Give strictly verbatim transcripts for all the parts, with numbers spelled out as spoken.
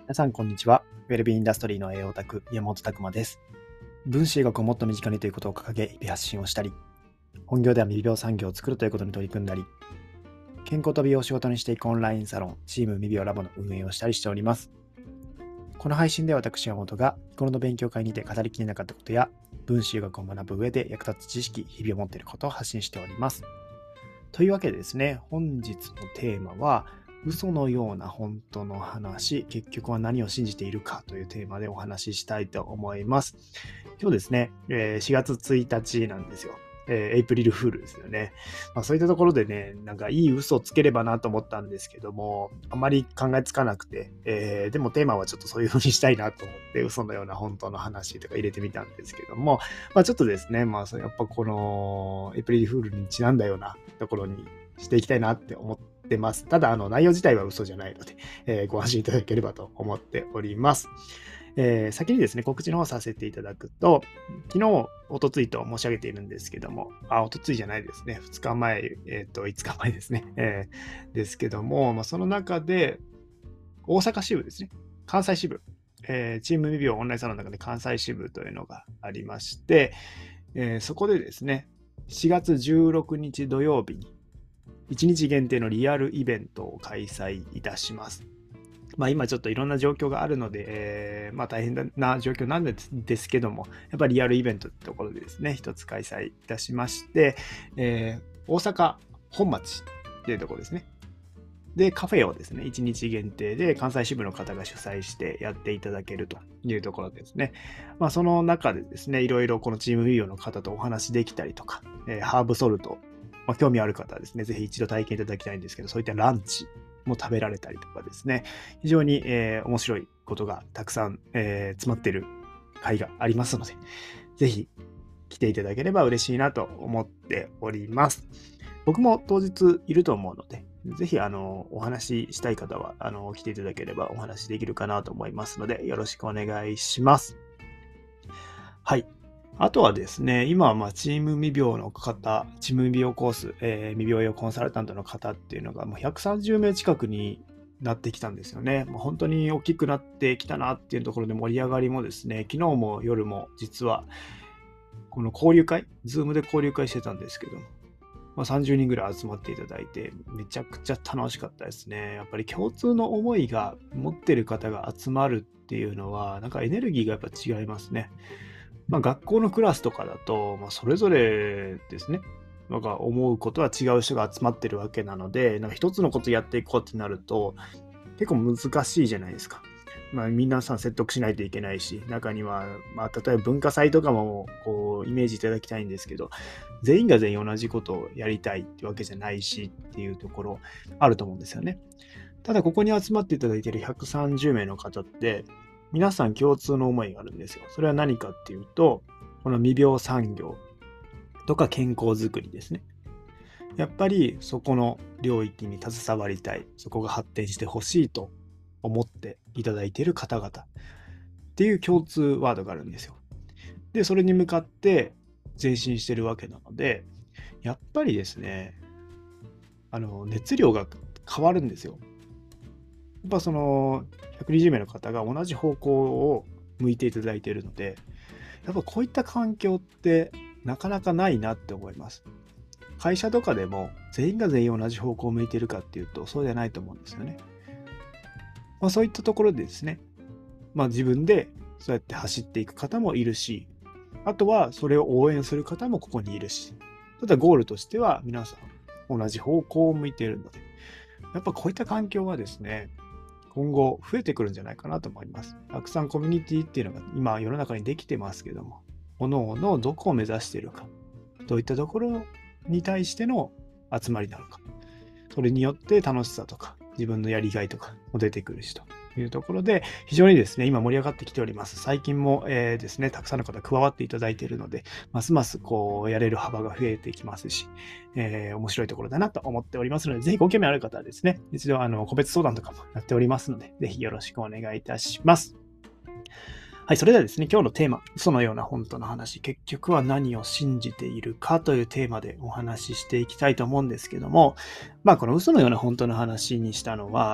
皆さんこんにちは。ウェルビーインダストリーの栄養オタク、山本拓馬です。分子医学をもっと身近にということを掲げ、日々発信をしたり、本業では未病産業を作るということに取り組んだり、健康と美容を仕事にしていくオンラインサロン、チーム未病ラボの運営をしたりしております。この配信では私、山本が日頃の勉強会にて語りきれなかったことや、分子医学を学ぶ上で役立つ知識、日々を持っていることを発信しております。というわけでですね、本日のテーマは、嘘のような本当の話、結局は何を信じているかというテーマでお話ししたいと思います。今日ですね、しがつついたちなんですよ。エイプリルフールですよね。まあ、そういったところでね、なんかいい嘘をつければなと思ったんですけども、あまり考えつかなくて、えー、でもテーマはちょっとそういう風にしたいなと思って、嘘のような本当の話とか入れてみたんですけども、まあ、ちょっとですね、まあ、やっぱこのエイプリルフールにちなんだようなところにしていきたいなって思ってます。ただ、あの内容自体は嘘じゃないので、えー、ご安心いただければと思っております。えー、先にですね、告知の方させていただくと、昨日、おとついと申し上げているんですけども、あ、おとついじゃないですね、ふつかまえ、えっと、いつかまえですね、えー、ですけども、まあ、その中で、大阪支部ですね、関西支部、えー、チーム未病オンラインサロンの中で関西支部というのがありまして、えー、そこでですね、しがつじゅうろくにち土曜日に、いちにち限定のリアルイベントを開催いたします。まあ、今ちょっといろんな状況があるので、えー、まあ大変な状況なんですけども、やっぱりリアルイベントってところでですね、一つ開催いたしまして、えー、大阪本町っていうところですね。で、カフェをですね、いちにち限定で関西支部の方が主催してやっていただけるというところですね。まあ、その中でですね、いろいろこのチームビデオの方とお話できたりとか、えー、ハーブソルト、まあ、興味ある方はですね、ぜひ一度体験いただきたいんですけど、そういったランチも食べられたりとかですね、非常に、えー、面白いことがたくさん、えー、詰まっている会がありますので、ぜひ来ていただければ嬉しいなと思っております。僕も当日いると思うので、ぜひあのお話ししたい方はあの来ていただければお話しできるかなと思いますので、よろしくお願いします。はい。あとはですね、今はまあチーム未病の方、チーム未病コース、えー、未病用コンサルタントの方っていうのがもうひゃくさんじゅうめい近くになってきたんですよね。もう本当に大きくなってきたなっていうところで盛り上がりもですね、昨日も夜も実はこの交流会、ズームで交流会してたんですけども、まあ、さんじゅうにんぐらい集まっていただいて、めちゃくちゃ楽しかったですね。やっぱり共通の思いが持ってる方が集まるっていうのは、なんかエネルギーがやっぱ違いますね。まあ、学校のクラスとかだと、まあ、それぞれですね、なんか思うことは違う人が集まってるわけなので、なんか一つのことやっていこうってなると、結構難しいじゃないですか。まあ、皆さん説得しないといけないし、中には、まあ、例えば文化祭とかもこうイメージいただきたいんですけど、全員が全員同じことをやりたいってわけじゃないしっていうところあると思うんですよね。ただここに集まっていただいているひゃくさんじゅうめいの方って、皆さん共通の思いがあるんですよ。それは何かっていうと、この未病産業とか健康づくりですね。やっぱりそこの領域に携わりたい、そこが発展してほしいと思っていただいている方々っていう共通ワードがあるんですよ。で、それに向かって前進してるわけなので、やっぱりですね、あの熱量が変わるんですよ。やっぱそのひゃくにじゅうめいの方が同じ方向を向いていただいているので、やっぱこういった環境ってなかなかないなって思います。会社とかでも全員が全員同じ方向を向いているかっていうとそうじゃないと思うんですよね。まあ、そういったところでですね、まあ、自分でそうやって走っていく方もいるし、あとはそれを応援する方もここにいるし、ただゴールとしては皆さん同じ方向を向いているので、やっぱこういった環境はですね、今後増えてくるんじゃないかなと思います。たくさんコミュニティっていうのが今世の中にできてますけども、各々どこを目指しているか、どういったところに対しての集まりなのか、それによって楽しさとか自分のやりがいとかも出てくるしというところで、非常にですね、今盛り上がってきております。最近も、えー、ですね、たくさんの方加わっていただいているので、ますますこうやれる幅が増えてきますし、えー、面白いところだなと思っておりますので、ぜひご興味ある方はですね、一度あの個別相談とかもやっておりますので、ぜひよろしくお願いいたします。はい、それではですね、今日のテーマ、嘘のような本当の話、結局は何を信じているかというテーマでお話ししていきたいと思うんですけども、まあこの嘘のような本当の話にしたのは、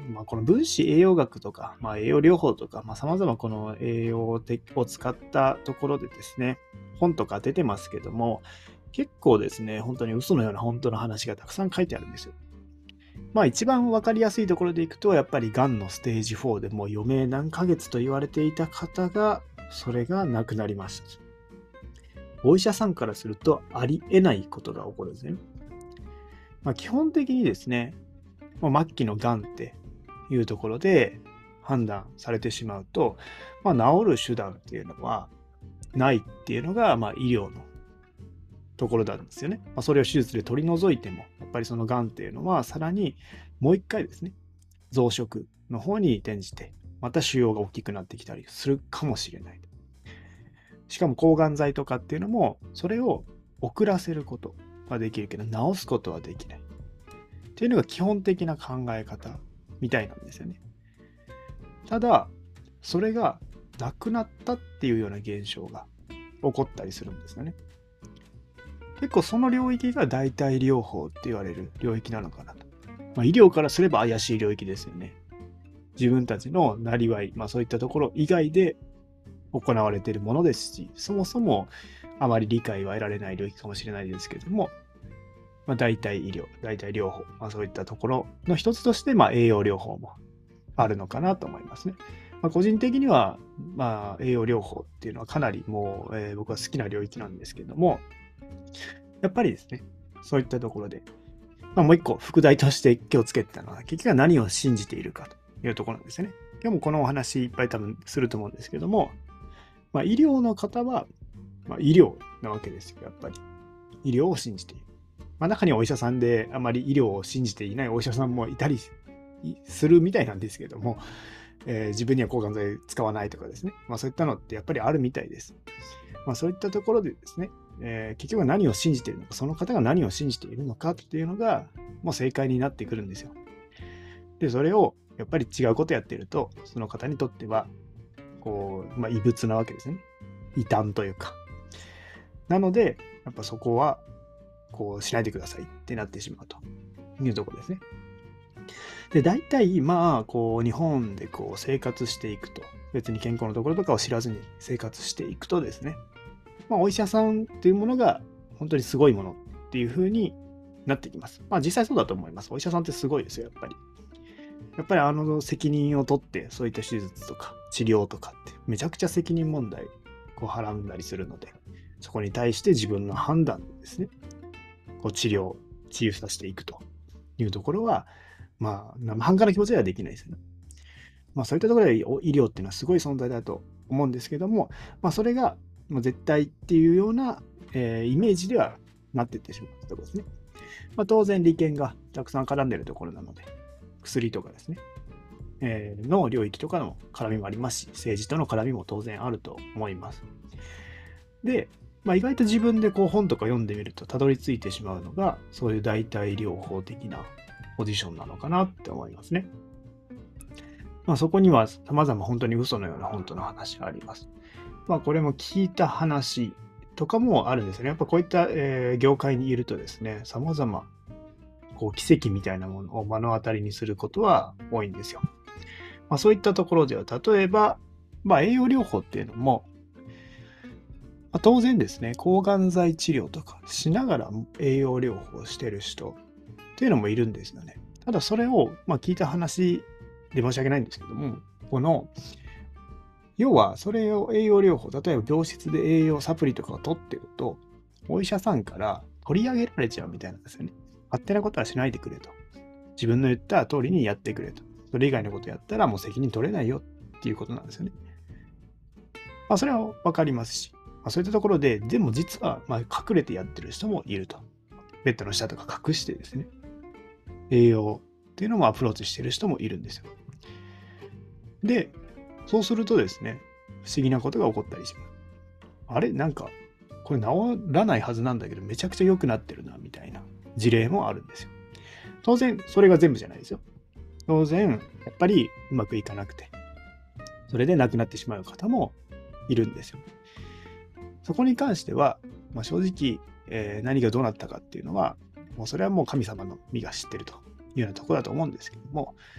まあ、この分子栄養学とか、まあ、栄養療法とか、まあ、様々この栄養を使ったところでですね、本とか出てますけども、結構ですね、本当に嘘のような本当の話がたくさん書いてあるんですよ。まあ一番わかりやすいところでいくと、やっぱりがんのステージフォーでもう余命何ヶ月と言われていた方が、それが亡くなりました。お医者さんからするとありえないことが起こるんですね。まあ、基本的にですね、まあ、末期のがんっていうところで判断されてしまうと、まあ、治る手段っていうのはないっていうのが、まあ、医療のところなんですよね。まあ、それを手術で取り除いても、やっぱりそのがんっていうのはさらにもう一回ですね、増殖の方に転じて、また腫瘍が大きくなってきたりするかもしれない。しかも抗がん剤とかっていうのも、それを遅らせることはできるけど、治すことはできない。っていうのが基本的な考え方みたいなんですよね。ただ、それがなくなったっていうような現象が起こったりするんですよね。結構その領域が代替療法って言われる領域なのかなと。まあ、医療からすれば怪しい領域ですよね。自分たちのなりわい、まあそういったところ以外で行われているものですし、そもそもあまり理解は得られない領域かもしれないですけども、まあ、代替医療、代替療法、まあ、そういったところの一つとして、まあ、栄養療法もあるのかなと思いますね。まあ、個人的には、まあ、栄養療法っていうのはかなりもう、えー、僕は好きな領域なんですけども、やっぱりですね、そういったところで、まあ、もう一個副題として気をつけてたのは、結局は何を信じているかというところなんですよね。今日もこのお話いっぱい多分すると思うんですけども、まあ、医療の方は、まあ、医療なわけですよ、やっぱり。医療を信じている。まあ、中にはお医者さんであまり医療を信じていないお医者さんもいたりするみたいなんですけども、えー、自分には抗がん剤使わないとかですね、まあ、そういったのってやっぱりあるみたいです。まあ、そういったところでですね、えー、結局は何を信じているのか、その方が何を信じているのかっていうのが、もう正解になってくるんですよ。で、それをやっぱり違うことやっていると、その方にとっては、こう、まあ、異物なわけですね。異端というか。なので、やっぱそこは、こうしないでくださいってなってしまうというところですね。で、大体、まあ、こう、日本でこう生活していくと、別に健康のところとかを知らずに生活していくとですね、まあ、お医者さんっていうものが本当にすごいものっていう風になってきます。まあ、実際そうだと思います。お医者さんってすごいですよ、やっぱり。やっぱりあの責任を取って、そういった手術とか治療とかって、めちゃくちゃ責任問題こう払うんだりするので、そこに対して自分の判断ですね、こう治療、治癒させていくというところは、まあ、生半可な気持ちではできないですよね。まあ、そういったところで医療っていうのはすごい存在だと思うんですけども、まあ、それがもう絶対っていうような、えー、イメージではなっていってしまうところですね。まあ、当然利権がたくさん絡んでいるところなので、薬とかですね、えー、の領域とかの絡みもありますし、政治との絡みも当然あると思います。で、まあ、意外と自分でこう本とか読んでみるとたどり着いてしまうのが、そういう代替療法的なポジションなのかなって思いますね。まあ、そこには様々本当に嘘のような本当の話があります。まあ、これも聞いた話とかもあるんですよね。やっぱこういった、えー、業界にいるとですね、様々こう奇跡みたいなものを目の当たりにすることは多いんですよ。まあ、そういったところでは、例えば、まあ、栄養療法っていうのも、まあ、当然ですね、抗がん剤治療とかしながら栄養療法をしてる人っていうのもいるんですよね。ただそれを、まあ、聞いた話で申し訳ないんですけども、この、要はそれを栄養療法、例えば病室で栄養サプリとかを取ってると、お医者さんから取り上げられちゃうみたいなんですよね。勝手なことはしないでくれと。自分の言った通りにやってくれと。それ以外のことやったらもう責任取れないよっていうことなんですよね。まあそれはわかりますし、まあ、そういったところで、でも実はまあ隠れてやってる人もいると。ベッドの下とか隠してですね、栄養っていうのもアプローチしてる人もいるんですよ。で、そうするとですね、不思議なことが起こったりします。あれなんか、これ治らないはずなんだけど、めちゃくちゃ良くなってるな、みたいな事例もあるんですよ。当然、それが全部じゃないですよ。当然、やっぱりうまくいかなくて、それで亡くなってしまう方もいるんですよ。そこに関しては、まあ、正直、えー、何がどうなったかっていうのは、もうそれはもう神様の身が知ってるというようなところだと思うんですけども、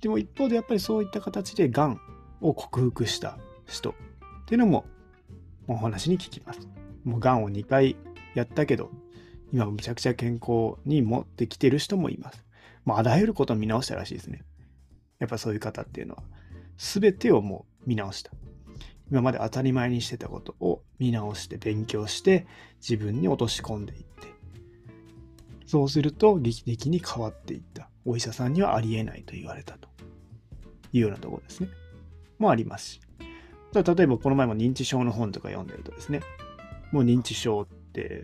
でも一方でやっぱりそういった形でがんを克服した人っていうのもお話に聞きます。もうがんをにかいやったけど、今むちゃくちゃ健康に持ってきてる人もいます。もうあらゆることを見直したらしいですね。やっぱそういう方っていうのは、すべてをもう見直した。今まで当たり前にしてたことを見直して勉強して自分に落とし込んでいって、そうすると劇的に変わっていった。お医者さんにはありえないと言われたというようなところですね。もありますし。例えばこの前も認知症の本とか読んでるとですね、もう認知症って、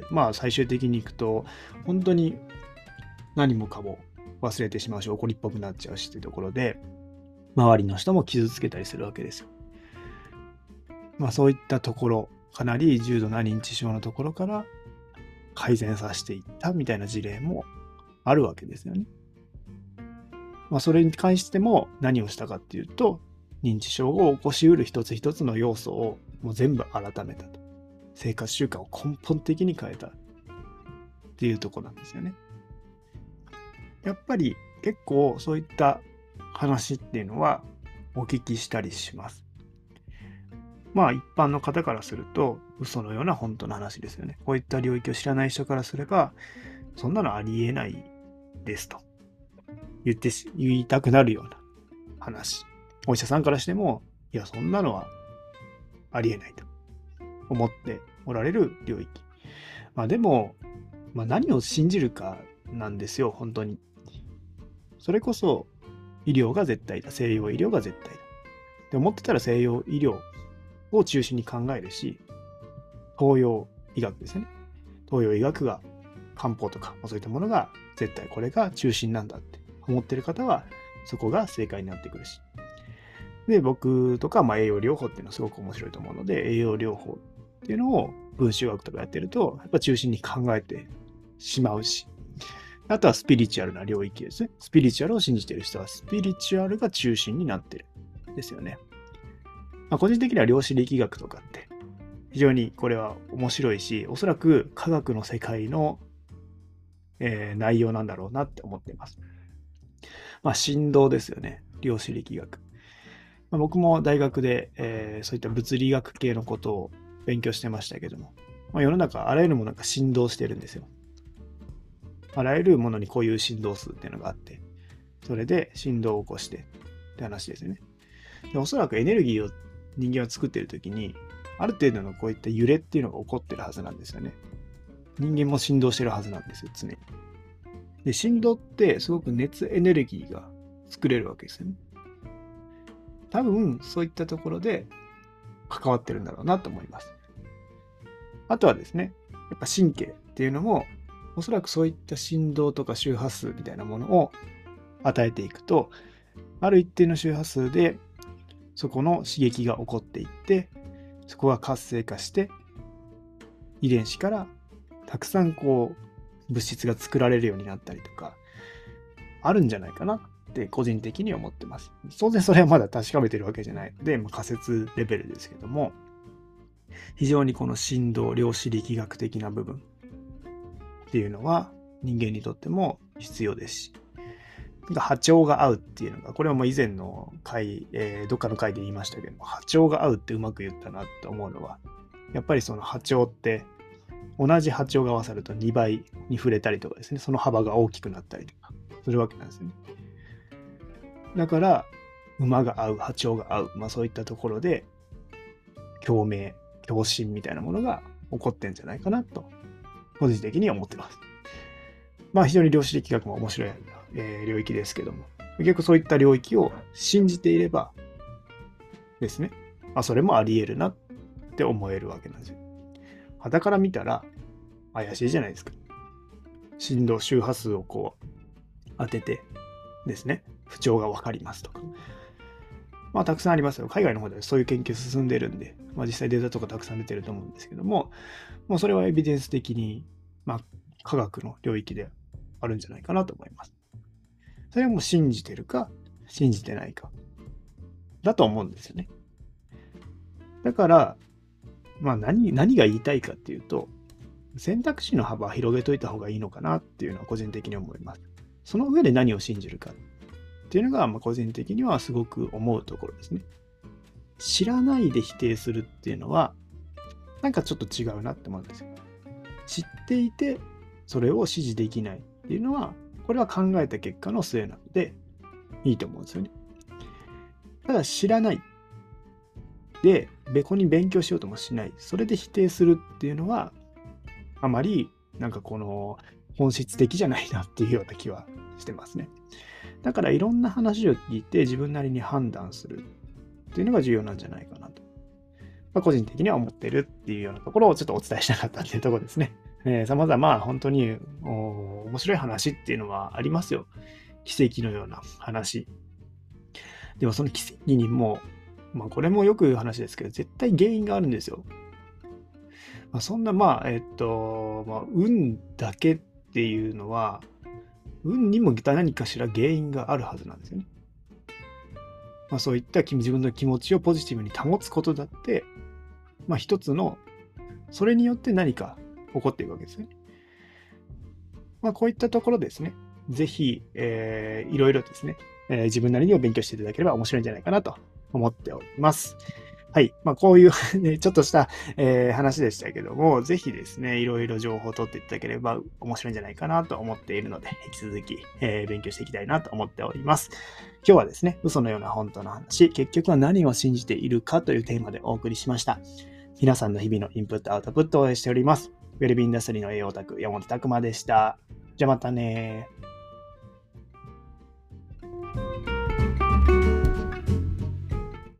まあ最終的にいくと、本当に何もかも忘れてしまうし、怒りっぽくなっちゃうしっていうところで、周りの人も傷つけたりするわけですよ。まあそういったところ、かなり重度な認知症のところから改善させていったみたいな事例もあるわけですよね。まあそれに関しても何をしたかっていうと、認知症を起こしうる一つ一つの要素をもう全部改めたと。生活習慣を根本的に変えたっていうところなんですよね。やっぱり結構そういった話っていうのはお聞きしたりします。まあ一般の方からすると嘘のような本当の話ですよね。こういった領域を知らない人からすれば、そんなのありえないですと言ってし言いたくなるような話。お医者さんからしても、いや、そんなのはありえないと思っておられる領域。まあでも、まあ、何を信じるかなんですよ、本当に。それこそ医療が絶対だ、西洋医療が絶対だ。で思ってたら西洋医療を中心に考えるし、東洋医学ですよね。東洋医学が漢方とか、まあ、そういったものが絶対これが中心なんだって思ってる方は、そこが正解になってくるし。で、僕とか、まあ、栄養療法っていうのはすごく面白いと思うので、栄養療法っていうのを分子学とかやってると、やっぱ中心に考えてしまうし、あとはスピリチュアルな領域ですね。スピリチュアルを信じている人は、スピリチュアルが中心になってるんですよね。まあ、個人的には量子力学とかって、非常にこれは面白いし、おそらく科学の世界の、えー、内容なんだろうなって思っています。まあ、振動ですよね。量子力学。まあ、僕も大学で、えー、そういった物理学系のことを勉強してましたけども、まあ、世の中あらゆるものが振動してるんですよ。あらゆるものにこういう振動数っていうのがあって、それで振動を起こしてって話ですよね。でおそらくエネルギーを人間は作っているときに、ある程度のこういった揺れっていうのが起こってるはずなんですよね。人間も振動してるはずなんですよ、常に。で、振動ってすごく熱エネルギーが作れるわけですよね。多分、そういったところで関わってるんだろうなと思います。あとはですね、やっぱ神経っていうのも、おそらくそういった振動とか周波数みたいなものを与えていくと、ある一定の周波数でそこの刺激が起こっていって、そこが活性化して、遺伝子からたくさんこう物質が作られるようになったりとか、あるんじゃないかなって個人的に思ってます。当然それはまだ確かめてるわけじゃないので、まあ、仮説レベルですけども、非常にこの振動、量子力学的な部分っていうのは人間にとっても必要ですし、波長が合うっていうのが、これはもう以前の回、えー、どっかの回で言いましたけども、波長が合うってうまく言ったなと思うのは、やっぱりその波長って同じ波長が合わさるとにばいに触れたりとかですね、その幅が大きくなったりとかするわけなんですよね。だから馬が合う、波長が合う、まあそういったところで共鳴、共振みたいなものが起こってんじゃないかなと個人的には思ってます。まあ非常に量子力学も面白い、えー、領域ですけども、結構そういった領域を信じていればですね、あ、それもあり得るなって思えるわけなんですよ。傍から見たら怪しいじゃないですか。振動周波数をこう当ててですね、不調がわかりますとか。まあたくさんありますよ。海外の方ではそういう研究進んでるんで、まあ実際データとかたくさん出てると思うんですけども、もうそれはエビデンス的に、まあ科学の領域であるんじゃないかなと思います。それはもう信じてるか信じてないかだと思うんですよね。だから、まあ何、何が言いたいかっていうと、選択肢の幅は広げといた方がいいのかなっていうのは個人的に思います。その上で何を信じるかっっていうのが、まあ、個人的にはすごく思うところですね。知らないで否定するっていうのは、なんかちょっと違うなって思うんですよ。知っていて、それを支持できないっていうのは、これは考えた結果の末なので、いいと思うんですよね。ただ知らない。で、別に勉強しようともしない。それで否定するっていうのは、あまり、なんかこの、本質的じゃないなっていうような気はしてますね。だからいろんな話を聞いて自分なりに判断するっていうのが重要なんじゃないかなと。まあ、個人的には思ってるっていうようなところをちょっとお伝えしたかったっていうところですね。えー、様々まあ本当にお面白い話っていうのはありますよ。奇跡のような話。でもその奇跡にも、まあこれもよく言う話ですけど、絶対原因があるんですよ。まあ、そんなまあ、えっと、まあ、運だけっていうのは、運にも何かしら原因があるはずなんですよね。まあ、そういった自分の気持ちをポジティブに保つことだって、まあ一つの、それによって何か起こっていくわけですね。まあこういったところですね、ぜひ、えー、いろいろですね、えー、自分なりにも勉強していただければ面白いんじゃないかなと思っております。はい。まあ、こういうね、ちょっとした、えー、話でしたけども、ぜひですね、いろいろ情報を取っていただければ面白いんじゃないかなと思っているので、引き続き、えー、勉強していきたいなと思っております。今日はですね、嘘のような本当の話、結局は何を信じているかというテーマでお送りしました。皆さんの日々のインプット、アウトプットを応援しております。ウェルビーインダストリーの栄養オタク、山本拓馬でした。じゃあまたね。